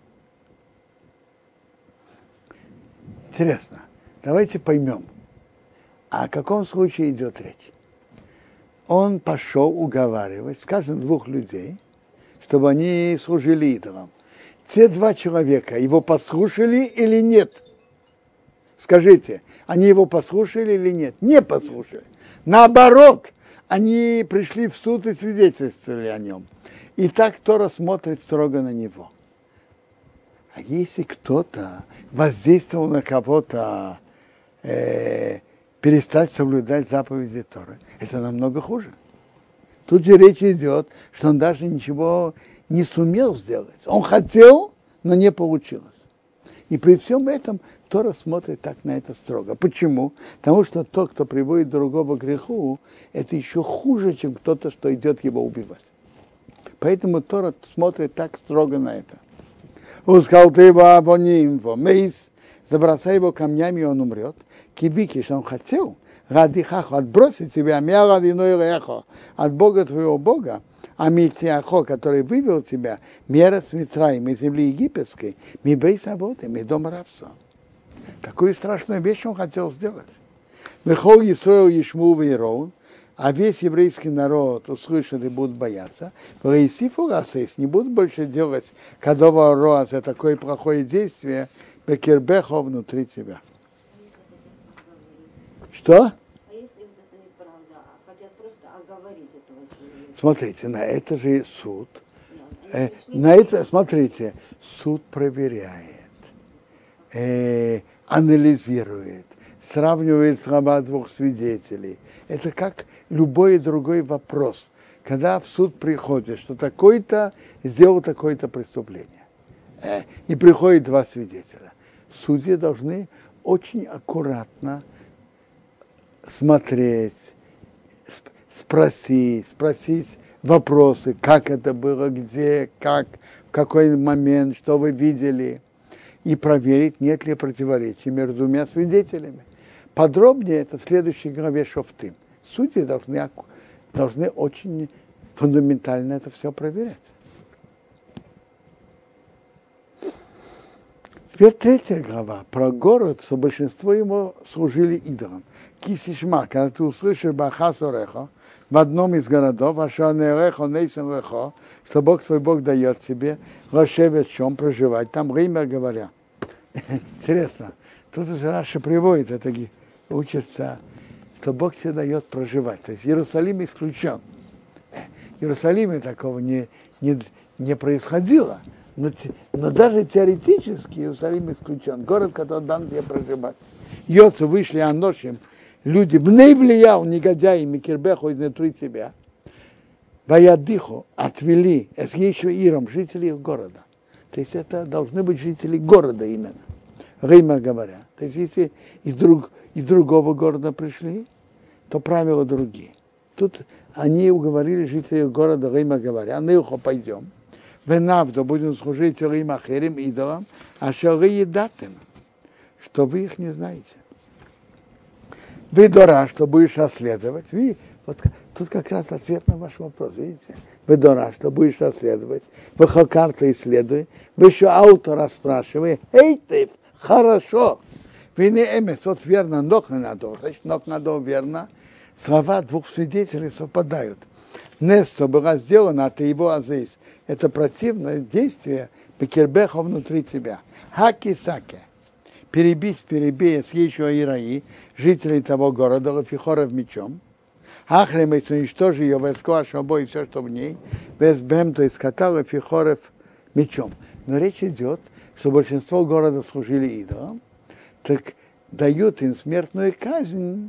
Интересно. Давайте поймем, о каком случае идет речь. Он пошел уговаривать, скажем, двух людей, чтобы они служили идолам. Те два человека его послушали или нет? Скажите, они его послушали или нет? Не послушали. Наоборот, они пришли в суд и свидетельствовали о нем. И так Тора смотрит строго на него. А если кто-то воздействовал на кого-то перестать соблюдать заповеди Торы, это намного хуже. Тут же речь идет, что он даже ничего не сумел сделать. Он хотел, но не получилось. И при всем этом Тора смотрит так на это строго. Почему? Потому что тот, кто приводит другого к греху, это еще хуже, чем кто-то, что идет его убивать. Поэтому Тора смотрит так строго на это. Он сказал, ты его абоним, мейс, забросай его камнями, и он умрет. Кибики, что он хотел, ради хаху, отбросить тебя, от Бога твоего Бога, а Митиахо, который вывел тебя, мера с Мицраим, из земли египетской, мибей савоты, из дома рабства. Такую страшную вещь он хотел сделать. Вехол Исроил Ишму Вейроун, а весь еврейский народ услышат и будут бояться. Вейсифу Расейс, не будут больше делать кадова роа за такое плохое действие, бекербехо внутри тебя. Что? Смотрите, на это же суд. На это, смотрите, суд проверяет, анализирует, сравнивает слова двух свидетелей. Это как любой другой вопрос. Когда в суд приходит, что такой-то сделал такое-то преступление, и приходит два свидетеля. Судьи должны очень аккуратно смотреть, спросить вопросы, как это было, где, как, в какой момент, что вы видели, и проверить, нет ли противоречий между двумя свидетелями. Подробнее это в следующей главе Шофтим. Судьи должны очень фундаментально это все проверять. Теперь третья глава про город, что большинство ему служили идолам. Кисишма, когда ты услышишь Бахасореха в одном из городов, что Бог твой Бог дает тебе, лошевет чем проживать, там время говоря. Интересно, тут уже Раша приводит, это учится, что Бог тебе дает проживать. То есть Иерусалим исключен. В Иерусалиме такого не происходило, но даже теоретически Иерусалим исключен. Город, который дан тебе проживать. Йоцы вышли аношим, люди, бней влиял, негодяи, Микербеху изнутри тебя, Ваядиху отвели Эсгейшу Иром, жителей города. То есть это должны быть жители города именно. Рима говоря. То есть если из другого города пришли, то правила другие. Тут они уговорили жителей города Рима говоря, Нилхо пойдем, Венавдо будем служить Рима Херим, идолам, а шары едатым, что вы их не знаете. Вы дора, что будешь расследовать. Вот тут как раз ответ на ваш вопрос, видите? Вы дора, что будешь расследовать. Вы хокарта исследуй. Вы еще ауто расспрашивай. Эй, ты, хорошо. Вы не эмес, вот верно, ног надо. Значит, ног надо верно. Слова двух свидетелей совпадают. Несто было сделано, а ты его азис. Это противное действие Бекербеха внутри тебя. Хаки-саки. Перебей, съезжу Аираи, жителей того города, Лафихоров мечом. Ахремец уничтожи ее, войско Ашабо и все, что в ней, без бем, то есть скота, Лафихоров мечом. Но речь идет, что большинство города служили идолам, так дают им смертную казнь,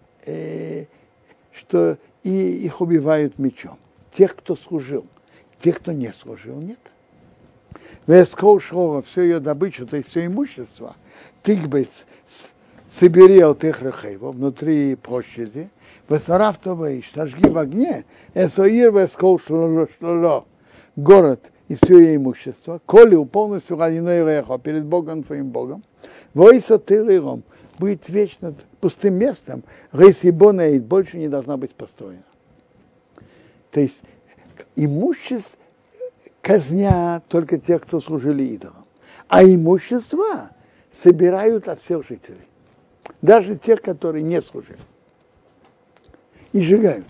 что и их убивают мечом. Тех, кто служил. Тех, кто не служил, нет. Вескол шло всю ее добычу, то есть все имущество, тыкбы собери от их рехейва внутри площади, весарав товаиш, сожги в огне, эсоир вескол шло город и все ее имущество, коли полностью родиной рехо перед Богом твоим Богом, войсо тылыром будет вечно пустым местом, рейсибона больше не должна быть построена. То есть имущество казнят только тех, кто служили идолам. А имущество собирают от всех жителей. Даже тех, которые не служили. И сжигают.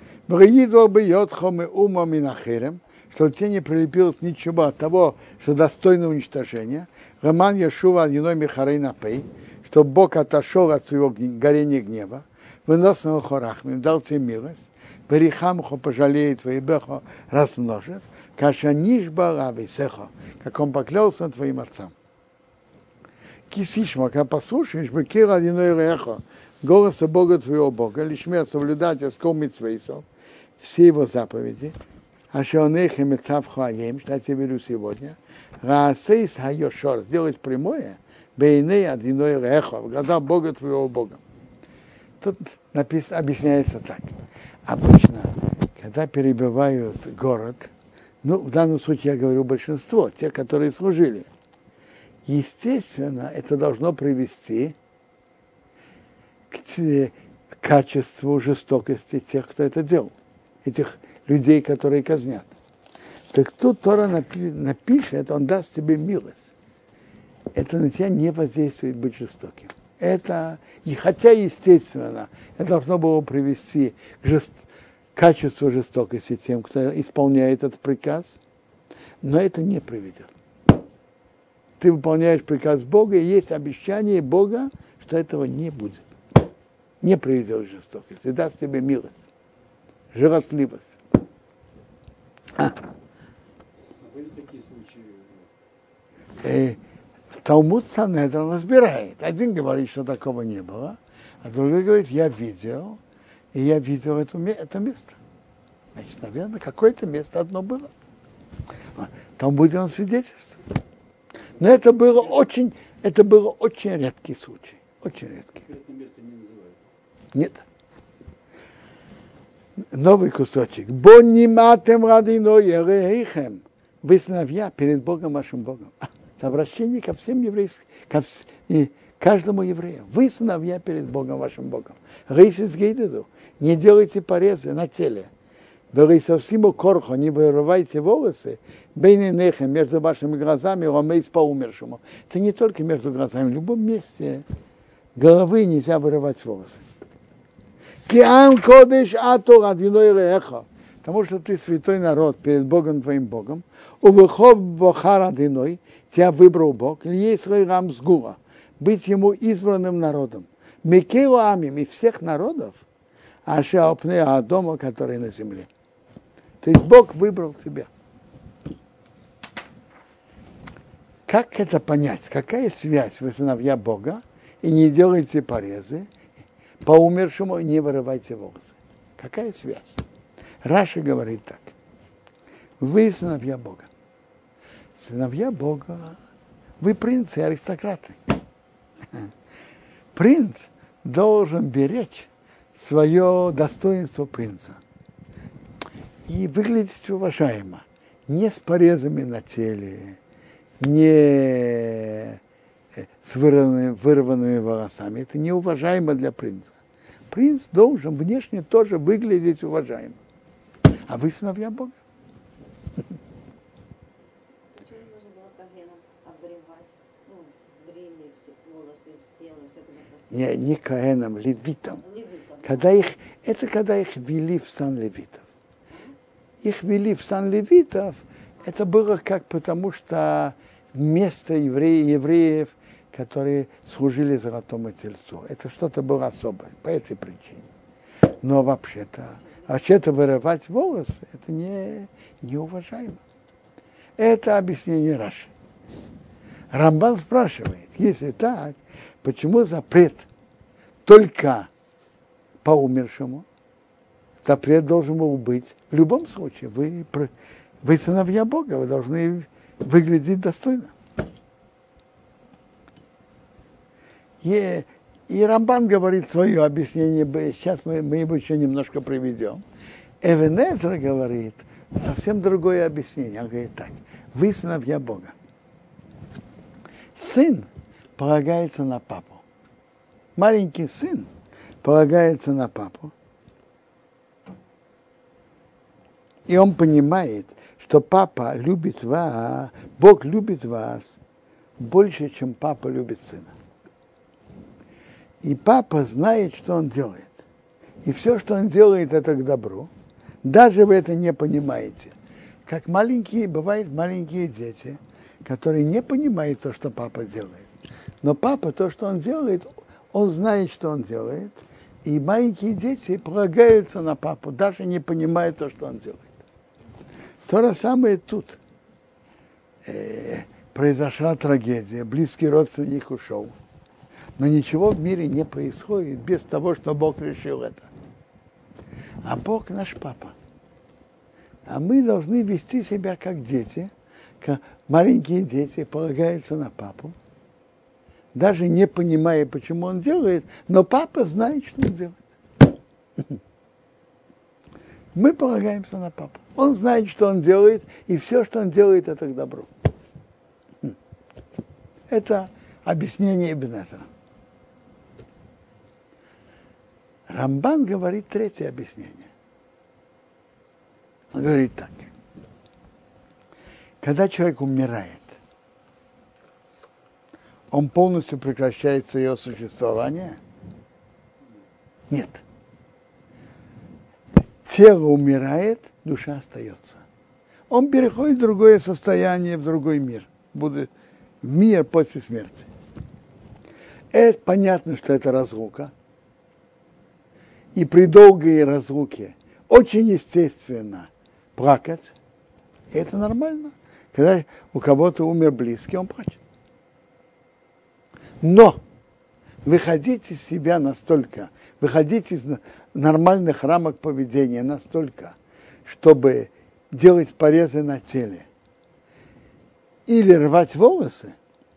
Чтобы тебе не прилепилось ничего от того, что достойно уничтожения. Роман Яшува одиной Михарей Напей, чтобы Бог отошел от своего горения гнева. Вынос на хорахмим, дал тебе милость. Берихамхо пожалеет, Вейбехо размножит. Каша нишба лависехо, как он поклялся твоим отцам. Кисишма, когда послушаешь, бекира одиной рехо, голоса Бога твоего Бога, лишмер соблюдать оском митцвейсов, все его заповеди, а шеонех и мецав хаем, что я тебе велю сегодня, раасейс хайошор, сделать прямое, бейней одиной рехо, в глазах Бога твоего Бога. Тут написано, объясняется так. Обычно, когда перебивают город, ну, в данном случае я говорю большинство, те, которые служили, естественно, это должно привести к качеству жестокости тех, кто это делал, этих людей, которые казнят. Так тут Тора напишет, он даст тебе милость. Это на тебя не воздействует быть жестоким. Это, и хотя, естественно, это должно было привести к качеству жестокости тем, кто исполняет этот приказ, но это не приведет. Ты выполняешь приказ Бога, и есть обещание Бога, что этого не будет. Не приведет к жестокости, даст тебе милость, жалостливость. Были такие случаи? Талмуд Санедрин разбирает. Один говорит, что такого не было, а другой говорит, я видел, и я видел это место. Значит, наверное, какое-то место одно было. Там будет он свидетельствовать. Но это было очень редкий случай. Очень редкий. Конкретное место не называют. Нет. Новый кусочек. Бониматем радино ерехем. Вы сыновья перед Богом вашим Богом. Это обращение ко всем еврейским, каждому еврею. Вы сыновья перед Богом вашим Богом. Рейсис гейдеду. Не делайте порезы на теле. Верейсовсиму корхо, не вырывайте волосы, бейненехем, между вашими глазами, ромейс по умершему. Это не только между глазами, в любом месте головы нельзя вырывать волосы. Киам кодеш атор адиной реха. Потому что ты святой народ перед Богом твоим Богом. Увыхов бохар адиной, тебя выбрал Бог, есть рам сгура, быть ему избранным народом. Микеу амим, и всех народов, аша опне дома, который на земле. То есть Бог выбрал тебя. Как это понять? Какая связь? Вы сыновья Бога, и не делайте порезы, по умершему не вырывайте волосы. Какая связь? Раши говорит так. Вы сыновья Бога. Сыновья Бога. Вы принцы и аристократы. Принц должен беречь свое достоинство принца и выглядеть уважаемо. Не с порезами на теле, не с вырванными волосами. Это неуважаемо для принца. Принц должен внешне тоже выглядеть уважаемо. А вы сыновья Бога. Почему нужно было коэнам обревать, бреем все волосы с тела, все Не коэнам, левитам. левитам? Когда их ввели в стан левитов. Их ввели в стан левитов, это было как потому, что место евреев, которые служили золотому тельцу, это что-то было особое, по этой причине. Но вообще-то вырывать волосы, это неуважаемо. Это объяснение Раши. Рамбан спрашивает, если так, почему запрет только по умершему? Запрет должен был быть в любом случае. Вы сыновья Бога, вы должны выглядеть достойно. И Рамбан говорит свое объяснение, сейчас мы его еще немножко приведем. Эвен Эзра говорит совсем другое объяснение. Он говорит так, вы сыновья Бога. Сын полагается на папу. Маленький сын полагается на папу. И он понимает, что папа любит вас, Бог любит вас больше, чем папа любит сына. И папа знает, что он делает. И все, что он делает, это к добру. Даже вы это не понимаете. Как бывают маленькие дети, которые не понимают то, что папа делает. Но папа, то, что он делает, он знает, что он делает. И маленькие дети полагаются на папу, даже не понимая то, что он делает. То же самое тут. произошла трагедия, близкий родственник ушел. Но ничего в мире не происходит без того, что Бог решил это. А Бог наш папа. А мы должны вести себя как дети, как маленькие дети полагаются на папу, даже не понимая, почему он делает, но папа знает, что он делает. Мы полагаемся на папу. Он знает, что он делает, и все, что он делает, это к добру. Это объяснение Ибн Эзра. Рамбан говорит третье объяснение. Он говорит так. Когда человек умирает, он полностью прекращает свое существование? Нет. Тело умирает, душа остается. Он переходит в другое состояние, в другой мир. Будет в мир после смерти. Это понятно, что это разлука. И при долгой разлуке очень естественно плакать. И это нормально. Когда у кого-то умер близкий, он плачет. Но выходить из себя настолько, выходить из нормальных рамок поведения настолько, чтобы делать порезы на теле или рвать волосы,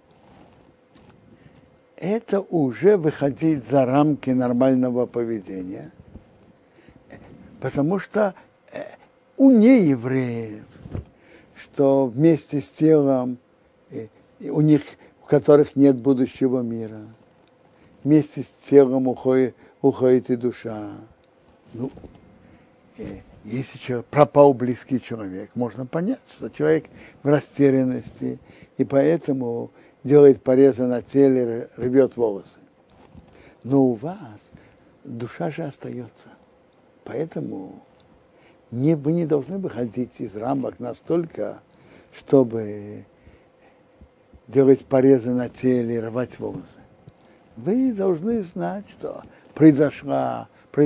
это уже выходить за рамки нормального поведения. Потому что у неевреев, что вместе с телом, у них, у которых нет будущего мира, вместе с телом уходит и душа. Ну, если человек, пропал близкий человек, можно понять, что человек в растерянности, и поэтому делает порезы на теле, рвет волосы. Но у вас душа же остается. Поэтому вы не должны выходить из рамок настолько, чтобы делать порезы на теле, рвать волосы. Вы должны знать, что произошла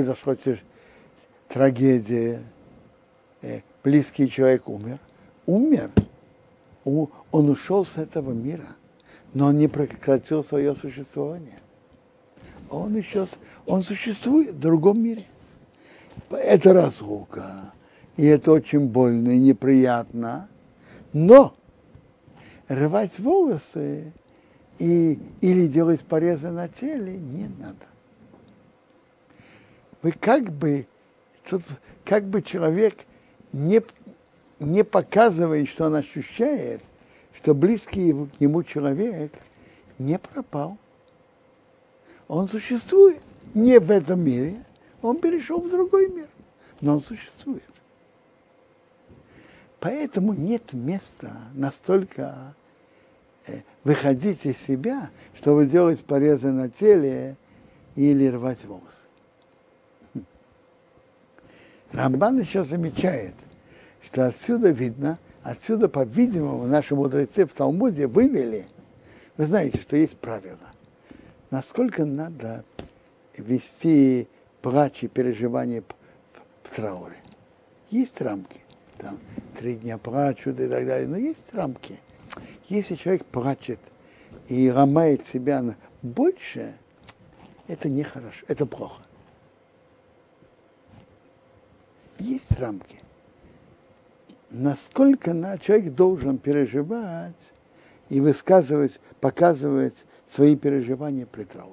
трагедия, близкий человек умер. Он ушел с этого мира, но он не прекратил свое существование. Он существует в другом мире. Это разлука, и это очень больно и неприятно, но рвать волосы или делать порезы на теле не надо. Вы как бы человек не показывает, что он ощущает, что близкий к нему человек не пропал. Он существует не в этом мире, он перешел в другой мир, но он существует. Поэтому нет места настолько выходить из себя, чтобы делать порезы на теле или рвать волосы. Рамбан еще замечает, что отсюда видно, по-видимому, наши мудрецы в Талмуде вывели, вы знаете, что есть правило, насколько надо вести плач и переживание в трауре. Есть рамки, там 3 дня плачут и так далее, но есть рамки. Если человек плачет и ломает себя больше, это нехорошо, это плохо. Есть рамки. Насколько человек должен переживать и высказывать, показывать свои переживания при трауре.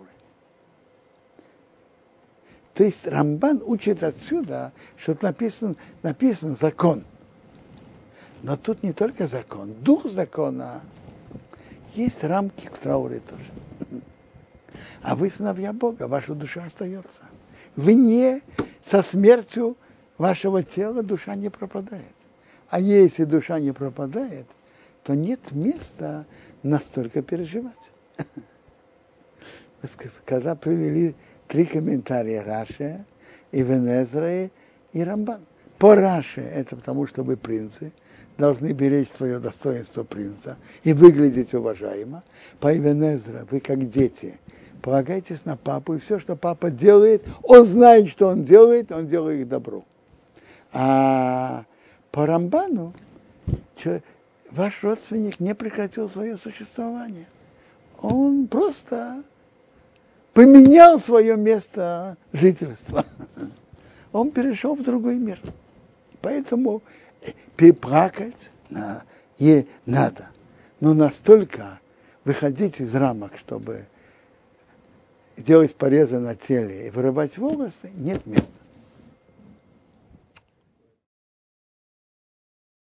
То есть Рамбан учит отсюда, что написан закон. Но тут не только закон, дух закона, есть рамки к трауре тоже. А вы сыновья Бога, ваша душа остается. Вы не со смертью вашего тела душа не пропадает. А если душа не пропадает, то нет места настолько переживать. Когда привели 3 комментария Раши, Ибн Эзра и Рамбан. По Раши это потому, что вы принцы, должны беречь свое достоинство принца и выглядеть уважаемо. По Ибн Эзра вы как дети, полагайтесь на папу, и все, что папа делает, он знает, что он делает к добру. А по Рамбану ваш родственник не прекратил свое существование. Он просто поменял свое место жительства. Он перешел в другой мир. Поэтому переплакать надо. Но настолько выходить из рамок, чтобы делать порезы на теле и вырывать волосы, нет места.